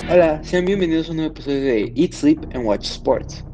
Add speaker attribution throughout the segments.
Speaker 1: Hola, sean bienvenidos a un nuevo episodio de Eat, Sleep and Watch Sports.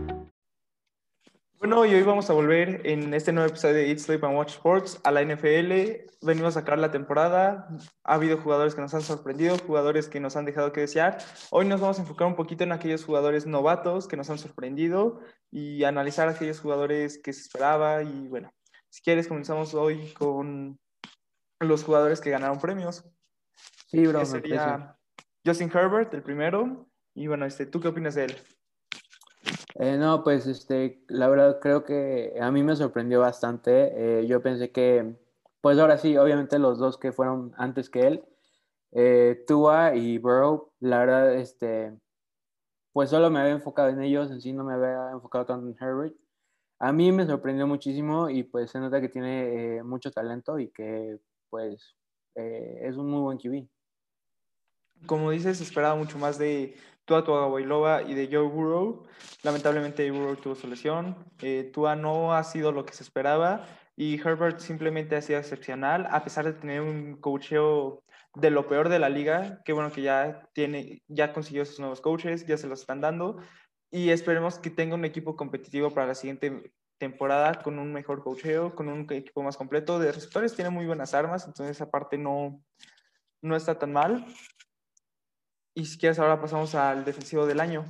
Speaker 2: Bueno, y hoy vamos a volver en este nuevo episodio de Eat, Sleep and Watch Sports a la NFL. Venimos a sacar la temporada. Ha habido jugadores que nos han sorprendido, jugadores que nos han dejado que desear. Hoy nos vamos a enfocar un poquito en aquellos jugadores novatos que nos han sorprendido y analizar aquellos jugadores que se esperaba. Y bueno, si quieres, comenzamos hoy con los jugadores que ganaron premios,
Speaker 1: Sí,
Speaker 2: que
Speaker 1: bro, me parece.
Speaker 2: sería Justin Herbert, el primero. Y bueno, ¿tú qué opinas de él?
Speaker 1: No, pues la verdad creo que a mí me sorprendió bastante. Yo pensé que, pues ahora sí, obviamente los dos que fueron antes que él, Tua y Burrow, la verdad, pues solo me había enfocado en ellos, en sí no me había enfocado tanto en Herbert. A mí me sorprendió muchísimo y pues se nota que tiene mucho talento y que pues es un muy buen QB.
Speaker 2: Como dices, esperaba mucho más de Tua Tagovailoa y de Joe Burrow. Lamentablemente Burrow tuvo su lesión. Tua no ha sido lo que se esperaba y Herbert simplemente ha sido excepcional a pesar de tener un coacheo de lo peor de la liga. Qué bueno que ya consiguió sus nuevos coaches, ya se los están dando y esperemos que tenga un equipo competitivo para la siguiente temporada con un mejor coacheo, con un equipo más completo. De receptores tiene muy buenas armas, entonces esa parte no está tan mal. Y si quieres, ahora pasamos al defensivo del año.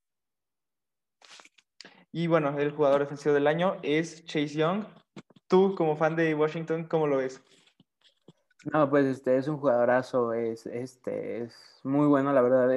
Speaker 2: Y bueno, el jugador defensivo del año es Chase Young. Tú, como fan de Washington, ¿cómo lo ves?
Speaker 1: No, pues es un jugadorazo, es muy bueno, la verdad,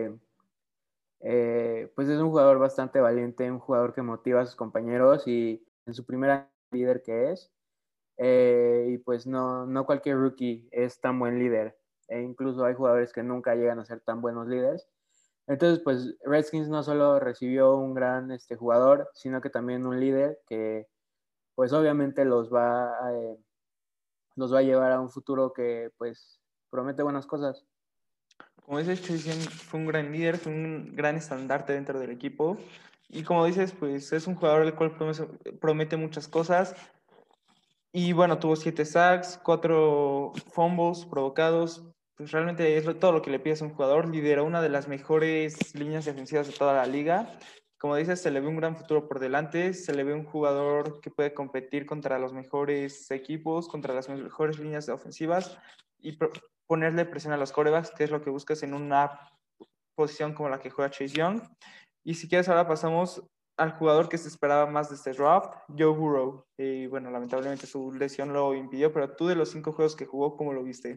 Speaker 1: pues es un jugador bastante valiente, un jugador que motiva a sus compañeros y en su primera líder que es, y pues no cualquier rookie es tan buen líder, e incluso hay jugadores que nunca llegan a ser tan buenos líderes. Entonces, pues Redskins no solo recibió un gran jugador, sino que también un líder que pues obviamente los va a llevar a un futuro que pues promete buenas cosas.
Speaker 2: Como dices, Chase Young fue un gran líder, fue un gran estandarte dentro del equipo. Y como dices, pues es un jugador el cual promete muchas cosas. Y bueno, tuvo 7 sacks, 4 fumbles provocados. Pues realmente es todo lo que le pides a un jugador. Lideró una de las mejores líneas defensivas de toda la liga. Como dices, se le ve un gran futuro por delante. Se le ve un jugador que puede competir contra los mejores equipos, contra las mejores líneas ofensivas y ponerle presión a los quarterbacks, que es lo que buscas en una posición como la que juega Chase Young. Y si quieres, ahora pasamos al jugador que se esperaba más de este draft, Joe Burrow. Bueno, lamentablemente su lesión lo impidió, pero tú de los 5 juegos que jugó, ¿cómo lo viste?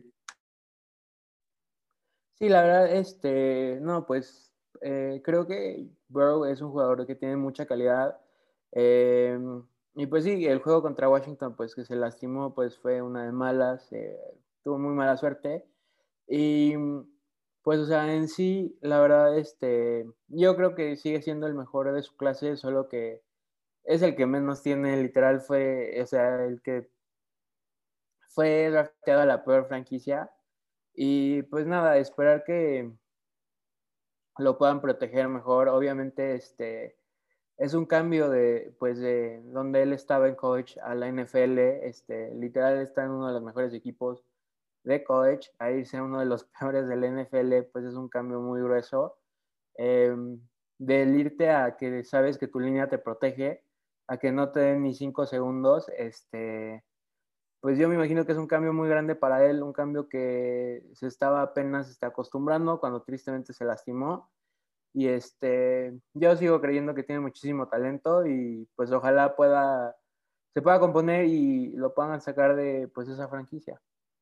Speaker 1: Sí, la verdad, no, pues creo que Burrow es un jugador que tiene mucha calidad. eh, y pues sí, el juego contra Washington, pues que se lastimó, pues fue una de malas, tuvo muy mala suerte. Y pues, o sea, en sí, la verdad, yo creo que sigue siendo el mejor de su clase, solo que es el que menos tiene, literal, fue, o sea, el que fue drafteado a la peor franquicia. Y pues nada, esperar que lo puedan proteger mejor. Obviamente, es un cambio pues, de donde él estaba en college a la NFL. Literal está en uno de los mejores equipos de college, a irse a uno de los peores del NFL, pues es un cambio muy grueso. Eh, del irte a que sabes que tu línea te protege, a que no te den ni 5 segundos, pues yo me imagino que es un cambio muy grande para él, un cambio que se estaba apenas acostumbrando cuando tristemente se lastimó. Y yo sigo creyendo que tiene muchísimo talento y pues ojalá se pueda componer y lo puedan sacar de pues esa franquicia.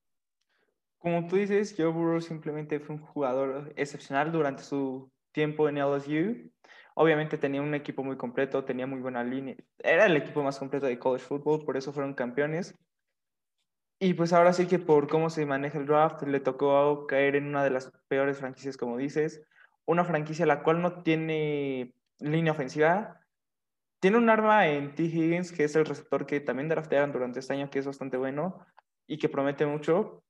Speaker 2: Como tú dices, Joe Burrow simplemente fue un jugador excepcional durante su tiempo en LSU. Obviamente tenía un equipo muy completo, tenía muy buena línea. Era el equipo más completo de college football, por eso fueron campeones. Y pues ahora sí que por cómo se maneja el draft, le tocó caer en una de las peores franquicias, como dices. Una franquicia la cual no tiene línea ofensiva. Tiene un arma en T. Higgins, que es el receptor que también draftearon durante este año, que es bastante bueno y que promete mucho.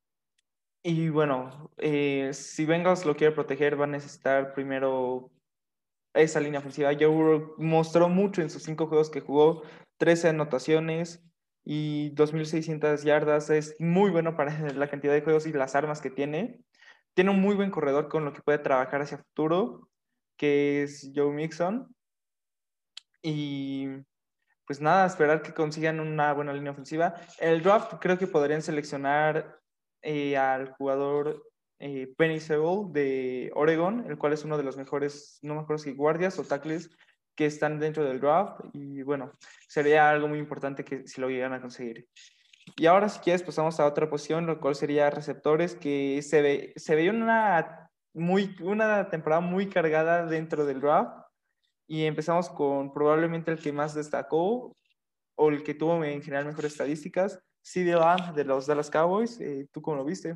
Speaker 2: Y bueno, si Bengals lo quiere proteger, va a necesitar primero esa línea ofensiva. Joe Burrow mostró mucho en sus 5 juegos que jugó, 13 anotaciones y 2.600 yardas. Es muy bueno para la cantidad de juegos y las armas que tiene. tiene un muy buen corredor con lo que puede trabajar hacia futuro, que es Joe Mixon. Y pues nada, esperar que consigan una buena línea ofensiva. En el draft creo que podrían seleccionar al jugador Penny Sewell de Oregon, el cual es uno de los mejores, no me acuerdo si guardias o tackles que están dentro del draft. Y bueno, sería algo muy importante que si lo llegan a conseguir. Y ahora, si quieres, pasamos a otra posición, lo cual sería receptores, que se veía una temporada muy cargada dentro del draft. Y empezamos con probablemente el que más destacó, o el que tuvo en general mejores estadísticas, CeeDee Lamb de los Dallas Cowboys. ¿Tú cómo lo viste?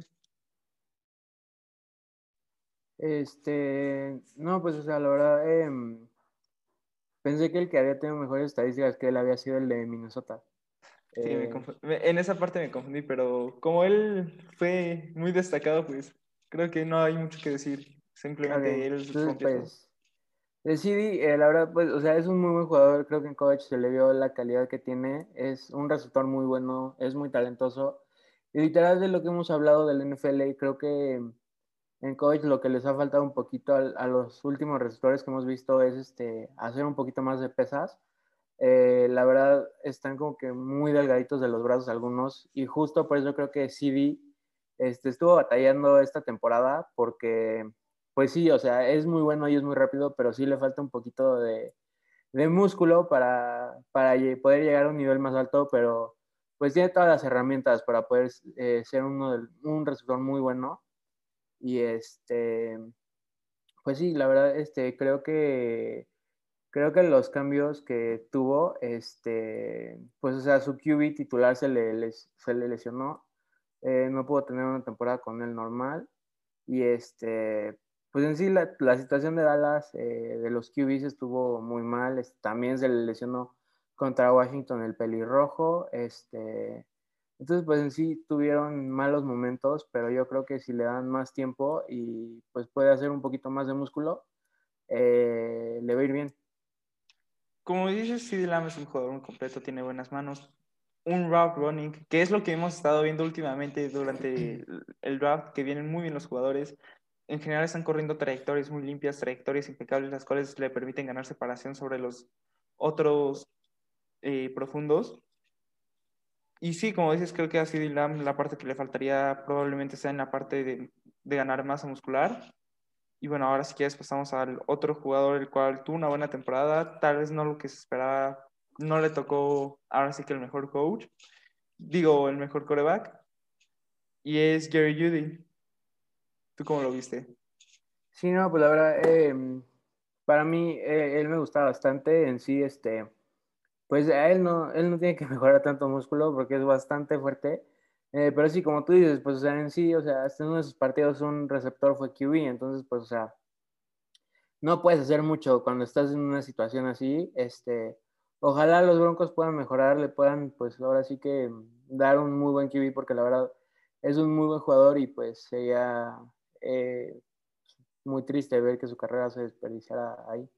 Speaker 1: No, pues, o sea, la verdad, pensé que el que había tenido mejores estadísticas que él había sido el de Minnesota.
Speaker 2: Sí,
Speaker 1: Eh,
Speaker 2: en esa parte me confundí, pero como él fue muy destacado, pues creo que no hay mucho que decir.
Speaker 1: ok,
Speaker 2: Simplemente él
Speaker 1: entonces,
Speaker 2: rompió todo.
Speaker 1: pues, decidí, la verdad, pues, o sea, es un muy buen jugador. Creo que en college se le vio la calidad que tiene. Es un receptor muy bueno, es muy talentoso. Y literal de lo que hemos hablado del NFL, creo que en college lo que les ha faltado un poquito a los últimos receptores que hemos visto es hacer un poquito más de pesas. La verdad, están como que muy delgaditos de los brazos algunos. Y justo por eso creo que CD estuvo batallando esta temporada porque, pues sí, o sea, es muy bueno y es muy rápido, pero sí le falta un poquito de músculo para poder llegar a un nivel más alto, pero pues tiene todas las herramientas para poder ser un receptor muy bueno. Y pues sí, la verdad, creo que los cambios que tuvo, pues o sea, su QB titular se le lesionó, no pudo tener una temporada con él normal. Y pues en sí la situación de Dallas, de los QBs estuvo muy mal. También se le lesionó contra Washington el pelirrojo. Entonces, pues en sí tuvieron malos momentos, pero yo creo que si le dan más tiempo y pues puede hacer un poquito más de músculo, le va a ir bien.
Speaker 2: Como dices, CeeDee Lamb es un jugador muy completo, tiene buenas manos, un route running, que es lo que hemos estado viendo últimamente durante el draft, que vienen muy bien los jugadores. En general están corriendo trayectorias muy limpias, trayectorias impecables, las cuales le permiten ganar separación sobre los otros profundos. Y sí, como dices, creo que a CeeDee Lamb la parte que le faltaría probablemente sea en la parte de ganar masa muscular. Y bueno, ahora si quieres pasamos al otro jugador, el cual tuvo una buena temporada, tal vez no lo que se esperaba, no le tocó ahora sí que el mejor coach, digo, el mejor quarterback, y es Jerry Jeudy. ¿Tú cómo lo viste?
Speaker 1: Sí, no, pues la verdad, para mí él me gusta bastante en sí, pues a él no tiene que mejorar tanto músculo porque es bastante fuerte. Pero sí, como tú dices, pues o sea, en sí, o sea, hasta en uno de sus partidos un receptor fue QB, entonces pues o sea, no puedes hacer mucho cuando estás en una situación así. Ojalá los Broncos puedan mejorar, le puedan pues ahora sí que dar un muy buen QB porque la verdad es un muy buen jugador y pues sería eh, muy triste ver que su carrera se desperdiciara ahí.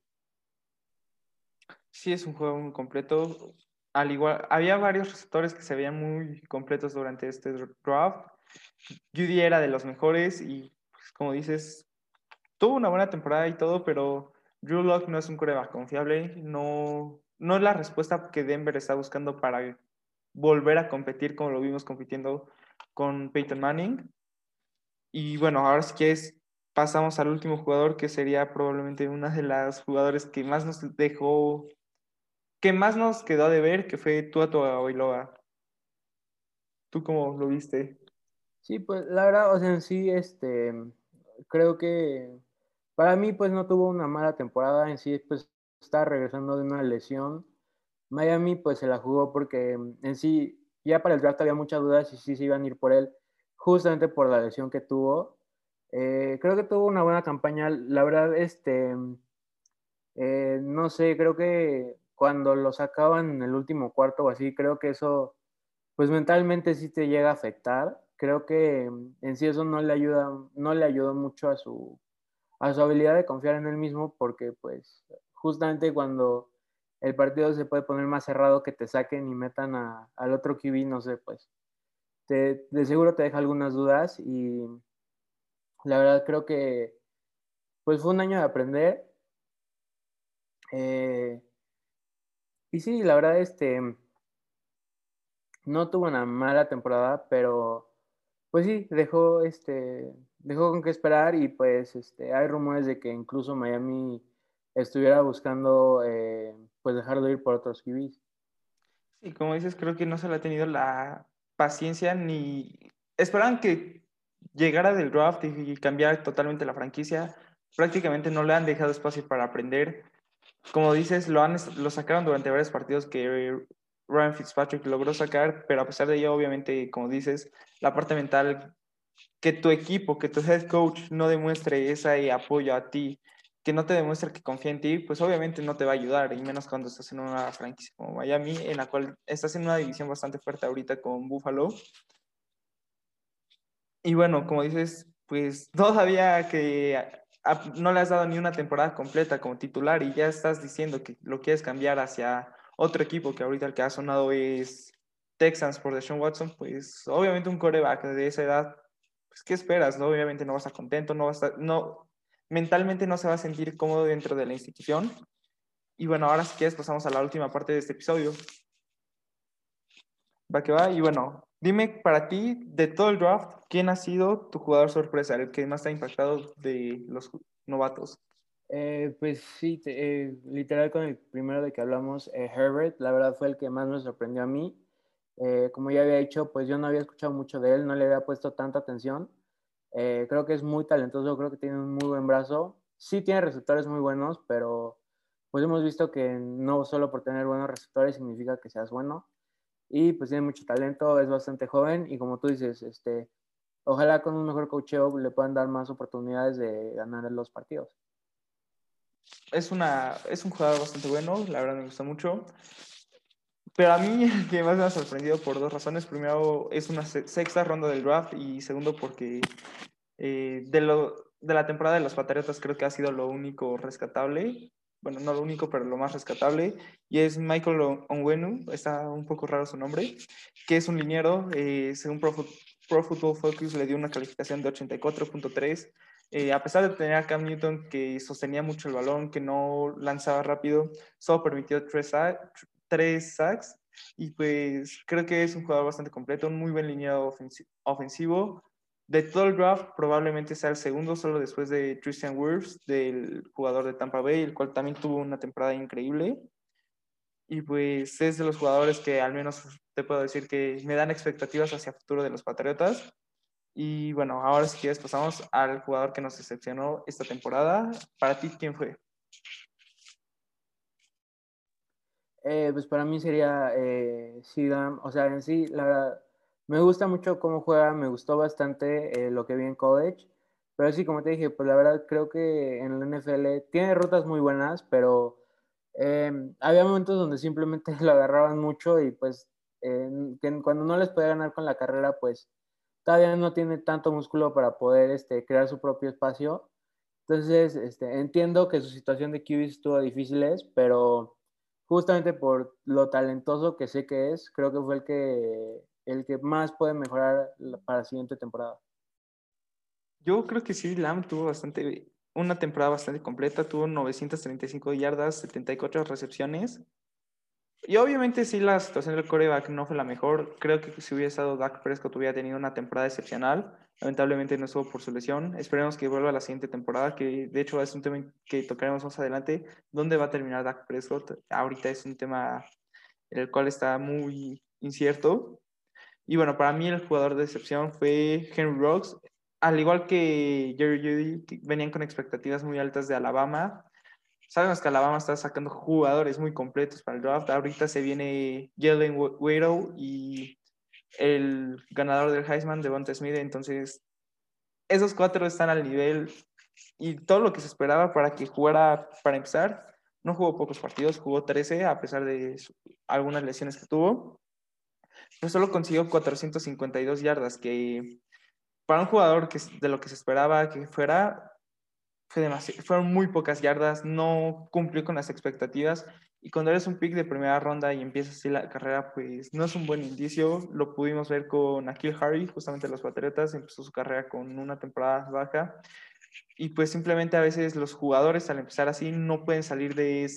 Speaker 2: Sí, es un juego muy completo. Al igual, había varios receptores que se veían muy completos durante este draft. Judy era de los mejores y, pues, como dices, tuvo una buena temporada y todo, pero Drew Lock no es un quarterback confiable, no es la respuesta que Denver está buscando para volver a competir como lo vimos compitiendo con Peyton Manning. Y bueno, ahora si quieres pasamos al último jugador que sería probablemente una de las jugadores que más nos dejó, que más nos quedó de ver, que fue Tua Tagovailoa. ¿Tú cómo lo viste?
Speaker 1: Sí, pues la verdad, o sea, en sí, creo que para mí, pues no tuvo una mala temporada. En sí, pues está regresando de una lesión. Miami, pues se la jugó porque en sí, ya para el draft había muchas dudas y sí se iban a ir por él, justamente por la lesión que tuvo. Creo que tuvo una buena campaña. La verdad, no sé, creo que cuando lo sacaban en el último cuarto o así, creo que eso pues mentalmente sí te llega a afectar. Creo que en sí eso no le ayudó mucho a su habilidad de confiar en él mismo, porque pues justamente cuando el partido se puede poner más cerrado, que te saquen y metan al otro QB, no sé, pues de seguro te deja algunas dudas y La verdad creo que pues fue un año de aprender. eh, y sí, la verdad, no tuvo una mala temporada, pero pues sí, dejó con qué esperar y pues hay rumores de que incluso Miami estuviera buscando pues dejarlo ir por otros QBs.
Speaker 2: Y como dices, creo que no se le ha tenido la paciencia ni... Esperaban que llegara del draft y cambiar totalmente la franquicia. Prácticamente no le han dejado espacio para aprender. Como dices, lo sacaron durante varios partidos que Ryan Fitzpatrick logró sacar, pero a pesar de ello, obviamente, como dices, la parte mental, que tu equipo, que tu head coach no demuestre ese apoyo a ti, que no te demuestre que confía en ti, pues obviamente no te va a ayudar, y menos cuando estás en una franquicia como Miami, en la cual estás en una división bastante fuerte ahorita con Buffalo. Y bueno, como dices, pues todavía que no le has dado ni una temporada completa como titular y ya estás diciendo que lo quieres cambiar hacia otro equipo, que ahorita el que ha sonado es Texans por Deshaun Watson, pues obviamente un coreback de esa edad, pues ¿qué esperas? ¿No? Obviamente no va a estar contento, no va a estar, no, mentalmente no se va a sentir cómodo dentro de la institución. Y bueno, ahora si quieres pasamos a la última parte de este episodio. Va que va. Y bueno, dime para ti, de todo el draft, ¿quién ha sido tu jugador sorpresa, el que más te ha impactado de los novatos?
Speaker 1: Pues sí, literal con el primero de que hablamos, Herbert, la verdad fue el que más me sorprendió a mí. Como ya había dicho, pues yo no había escuchado mucho de él, no le había puesto tanta atención. Creo que es muy talentoso, creo que tiene un muy buen brazo. Sí tiene receptores muy buenos, pero pues hemos visto que no solo por tener buenos receptores significa que seas bueno. Y pues tiene mucho talento, es bastante joven y como tú dices, ojalá con un mejor coacheo le puedan dar más oportunidades de ganar los partidos.
Speaker 2: Es un jugador bastante bueno, la verdad me gusta mucho. Pero a mí el que más me ha sorprendido por dos razones. Primero, es una sexta ronda del draft y segundo, porque de la temporada de los Patriotas creo que ha sido lo único rescatable. Bueno, no lo único, pero lo más rescatable. Y es Michael Onwenu, está un poco raro su nombre, que es un liniero. Según Pro Football Focus le dio una calificación de 84.3. A pesar de tener a Cam Newton que sostenía mucho el balón, que no lanzaba rápido, solo permitió tres sacks. Y pues creo que es un jugador bastante completo, un muy buen liniero ofensivo. De todo el draft, probablemente sea el segundo, solo después de Tristan Wirfs, del jugador de Tampa Bay, el cual también tuvo una temporada increíble. Y pues es de los jugadores que al menos te puedo decir que me dan expectativas hacia el futuro de los Patriotas. Y bueno, ahora si quieres pasamos al jugador que nos decepcionó esta temporada. Para ti, ¿quién fue?
Speaker 1: Pues para mí sería Sidam, o sea, en sí, la verdad, me gusta mucho cómo juega, me gustó bastante lo que vi en college, pero sí, como te dije, pues la verdad creo que en la NFL tiene rutas muy buenas, pero había momentos donde simplemente lo agarraban mucho y pues cuando no les podía ganar con la carrera, pues todavía no tiene tanto músculo para poder crear su propio espacio. Entonces, entiendo que su situación de QB estuvo difíciles, pero justamente por lo talentoso que sé que es, creo que fue el que más puede mejorar para la siguiente temporada.
Speaker 2: Yo creo que sí, Lamb tuvo una temporada bastante completa, tuvo 935 yardas, 74 recepciones. Y obviamente sí, la situación del coreback no fue la mejor. Creo que si hubiera estado Dak Prescott hubiera tenido una temporada excepcional. Lamentablemente no estuvo por su lesión. Esperemos que vuelva la siguiente temporada, que de hecho es un tema que tocaremos más adelante. ¿Dónde va a terminar Dak Prescott? Ahorita es un tema en el cual está muy incierto. Y bueno, para mí el jugador de excepción fue Henry Ruggs. Al igual que Jerry Jeudy, que venían con expectativas muy altas de Alabama. Sabemos que Alabama está sacando jugadores muy completos para el draft. Ahorita se viene Jalen Waddle y el ganador del Heisman, Devonta Smith. Entonces, esos cuatro están al nivel y todo lo que se esperaba para que jugara para empezar. No jugó pocos partidos, jugó 13 a pesar de algunas lesiones que tuvo, pero solo consiguió 452 yardas, que para un jugador que de lo que se esperaba que fuera, fueron muy pocas yardas, no cumplió con las expectativas Y cuando eres un pick de primera ronda y empiezas así la carrera, pues no es un buen indicio. Lo pudimos ver con Akil Harry, justamente los Patriotas, empezó su carrera con una temporada baja. Y pues simplemente a veces los jugadores al empezar así no pueden salir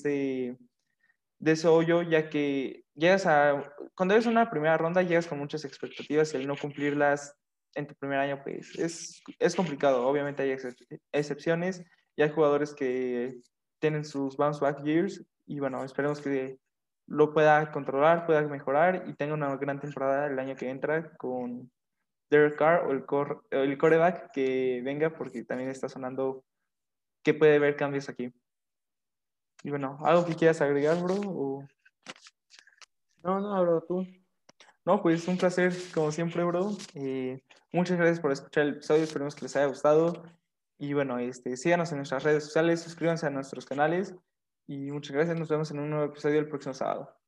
Speaker 2: de ese hoyo, ya que cuando eres una primera ronda llegas con muchas expectativas y el no cumplirlas en tu primer año, pues es complicado. Obviamente hay excepciones y hay jugadores que tienen sus bounce back years y bueno, esperemos que lo pueda controlar, pueda mejorar y tenga una gran temporada el año que entra con Derek Carr o el quarterback que venga, porque también está sonando que puede haber cambios aquí. Y bueno, ¿algo que quieras agregar, bro?
Speaker 1: No, no, bro, tú.
Speaker 2: No, pues un placer, como siempre, bro. Muchas gracias por escuchar el episodio, esperemos que les haya gustado. Y bueno, síganos en nuestras redes sociales, suscríbanse a nuestros canales y muchas gracias. Nos vemos en un nuevo episodio el próximo sábado.